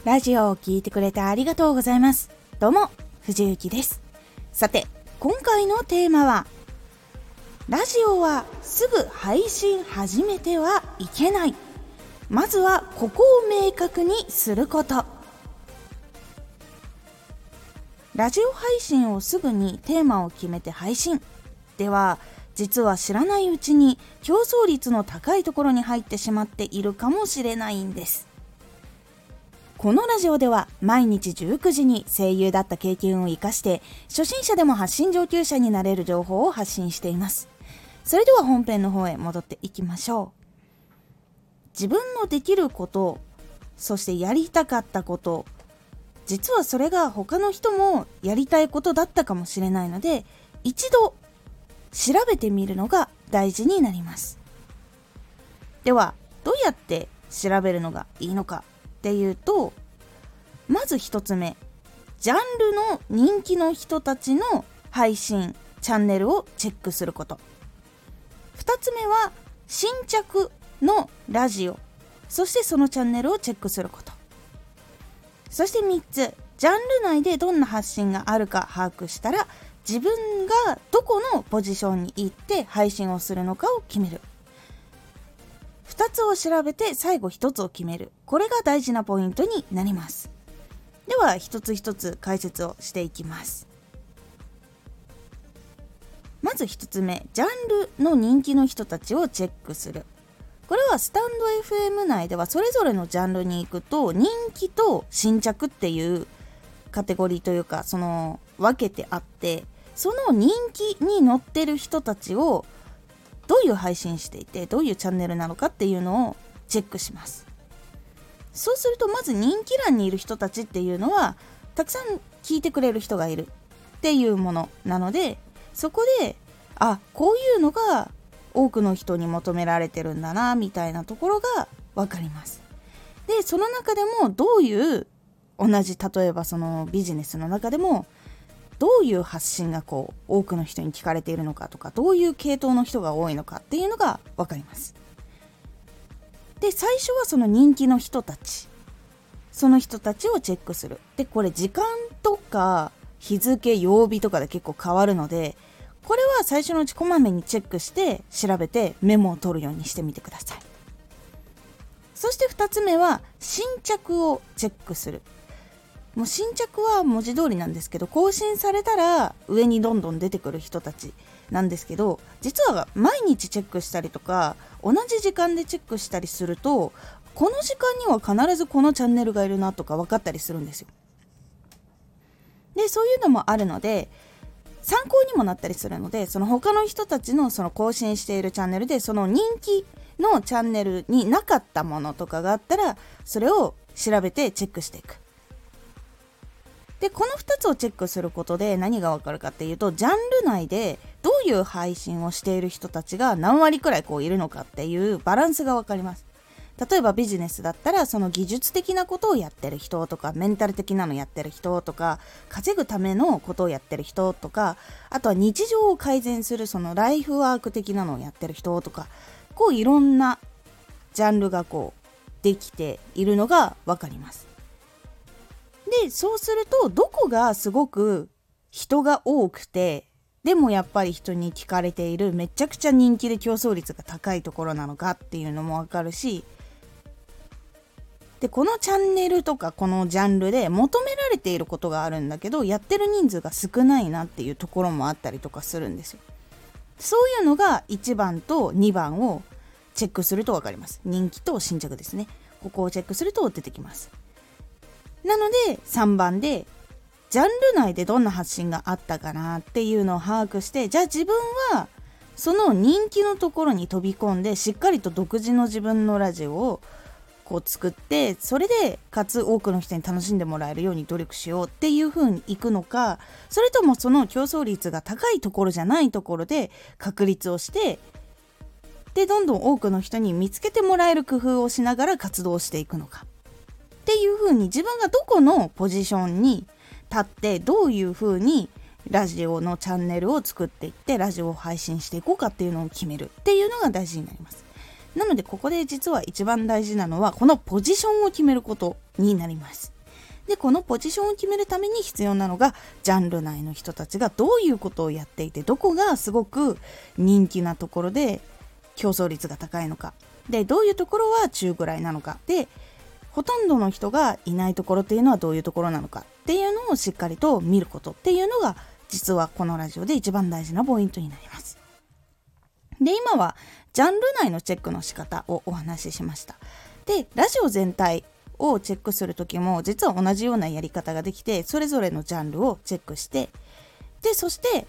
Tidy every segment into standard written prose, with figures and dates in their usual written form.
ラジオを聞いてくれてありがとうございます。どうも藤幸です。さて今回のテーマは、ラジオはすぐ配信始めてはいけない、まずはここを明確にすること。ラジオ配信をすぐにテーマを決めて配信では、実は知らないうちに競争率の高いところに入ってしまっているかもしれないんです。このラジオでは毎日19時に声優だった経験を生かして、初心者でも発信上級者になれる情報を発信しています。それでは本編の方へ戻っていきましょう。自分のできること、そしてやりたかったこと、実はそれが他の人もやりたいことだったかもしれないので、一度調べてみるのが大事になります。ではどうやって調べるのがいいのかっていうと、まず一つ目、ジャンルの人気の人たちの配信チャンネルをチェックすること。二つ目は新着のラジオ、そしてそのチャンネルをチェックすること。そして3つ、ジャンル内でどんな発信があるか把握したら、自分がどこのポジションに行って配信をするのかを決める。2つを調べて最後1つを決める。これが大事なポイントになります。では一つ一つ解説をしていきます。まず1つ目、ジャンルの人気の人たちをチェックする。これはスタンド FM 内ではそれぞれのジャンルに行くと、人気と新着っていうカテゴリーというか、その分けてあって、その人気に乗ってる人たちをどういう配信していて、どういうチャンネルなのかっていうのをチェックします。そうするとまず人気欄にいる人たちっていうのはたくさん聞いてくれる人がいるっていうものなので、そこでこういうのが多くの人に求められてるんだなみたいなところが分かります。でその中でもどういう例えばそのビジネスの中でもどういう発信が多くの人に聞かれているのかとか、どういう系統の人が多いのかっていうのが分かります。で最初はその人気の人たち、その人たちをチェックする。でこれ時間とか日付、曜日とかで結構変わるので、これは最初のうちこまめにチェックして調べてメモを取るようにしてみてください。そして2つ目は新着をチェックする。もう新着は文字通りなんですけど、更新されたら上にどんどん出てくる人たちなんですけど、実は毎日チェックしたりとか同じ時間でチェックしたりすると、この時間には必ずこのチャンネルがいるなとか分かったりするんですよ。でそういうのもあるので参考にもなったりするので、その他の人たちのその更新しているチャンネルでその人気のチャンネルになかったものとかがあったら、それを調べてチェックしていく。でこの2つをチェックすることで何がわかるかっていうと、ジャンル内でどういう配信をしている人たちが何割くらいいるのかっていうバランスがわかります。例えばビジネスだったらその技術的なことをやってる人とか、メンタル的なのやってる人とか、稼ぐためのことをやってる人とか、あとは日常を改善するそのライフワーク的なのをやってる人とか、いろんなジャンルができているのがわかります。でそうするとどこがすごく人が多くて、でもやっぱり人に聞かれている、めちゃくちゃ人気で競争率が高いところなのかっていうのもわかるし、でこのチャンネルとかこのジャンルで求められていることがあるんだけど、やってる人数が少ないなっていうところもあったりとかするんですよ。そういうのが1番と2番をチェックすると分かります。人気と新着ですね。ここをチェックすると出てきます。なので3番でジャンル内でどんな発信があったかなっていうのを把握して、じゃあ自分はその人気のところに飛び込んでしっかりと独自の自分のラジオを作って、それでかつ多くの人に楽しんでもらえるように努力しようっていう風にいくのか、それともその競争率が高いところじゃないところで確立をして、でどんどん多くの人に見つけてもらえる工夫をしながら活動していくのかっていう風に、自分がどこのポジションに立ってどういう風にラジオのチャンネルを作っていってラジオを配信していこうかっていうのを決めるっていうのが大事になります。なのでここで実は一番大事なのはこのポジションを決めることになります。 でこのポジションを決めるために必要なのがジャンル内の人たちがどういうことをやっていて、どこがすごく人気なところで競争率が高いのかで、どういうところは中ぐらいなのかで、ほとんどの人がいないところっていうのはどういうところなのかっていうのをしっかりと見ることっていうのが実はこのラジオで一番大事なポイントになります。で今はジャンル内のチェックの仕方をお話ししました。でラジオ全体をチェックするときも実は同じようなやり方ができて、それぞれのジャンルをチェックして、でそして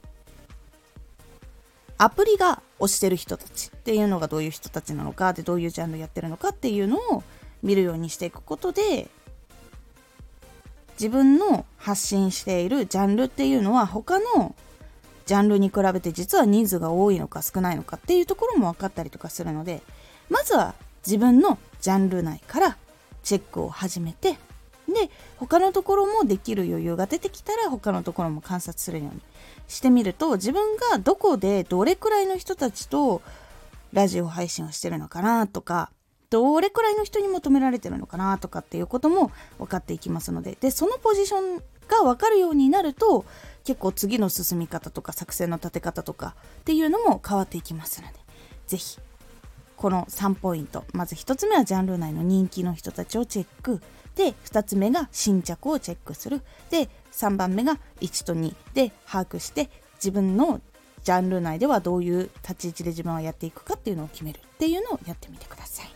アプリが推してる人たちっていうのがどういう人たちなのかで、どういうジャンルやってるのかっていうのを見るようにしていくことで、自分の発信しているジャンルっていうのは他のジャンルに比べて実は人数が多いのか少ないのかっていうところも分かったりとかするので、まずは自分のジャンル内からチェックを始めて、で他のところもできる余裕が出てきたら他のところも観察するようにしてみると、自分がどこでどれくらいの人たちとラジオ配信をしてるのかなとか、どれくらいの人に求められてるのかなとかっていうことも分かっていきますので、そのポジションが分かるようになると結構次の進み方とか作戦の立て方とかっていうのも変わっていきますので、ぜひこの3ポイント、まず1つ目はジャンル内の人気の人たちをチェックで、2つ目が新着をチェックするで、3番目が1と2で把握して自分のジャンル内ではどういう立ち位置で自分はやっていくかっていうのを決めるっていうのをやってみてください。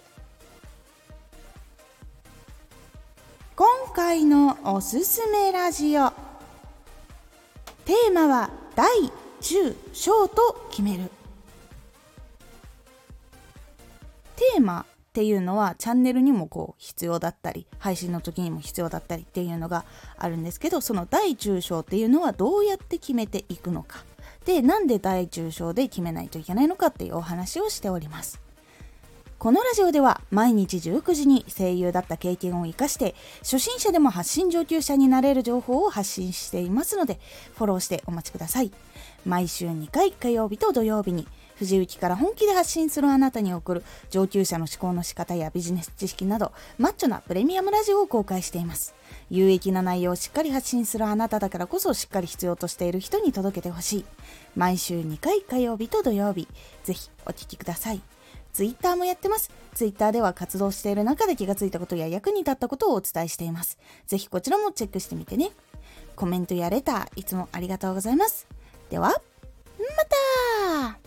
今回のおすすめラジオテーマは大中小と決める。テーマっていうのはチャンネルにも必要だったり配信の時にも必要だったりっていうのがあるんですけど、その大中小っていうのはどうやって決めていくのかで、なんで大中小で決めないといけないのかっていうお話をしております。このラジオでは毎日19時に声優だった経験を生かして初心者でも発信上級者になれる情報を発信していますので、フォローしてお待ちください。毎週2回火曜日と土曜日に藤雪から本気で発信するあなたに送る上級者の思考の仕方やビジネス知識などマッチョなプレミアムラジオを公開しています。有益な内容をしっかり発信するあなただからこそしっかり必要としている人に届けてほしい。毎週2回火曜日と土曜日、ぜひお聞きください。ツイッターもやってます。ツイッターでは活動している中で気がついたことや役に立ったことをお伝えしています。ぜひこちらもチェックしてみてね。コメントやレターいつもありがとうございます。ではまた。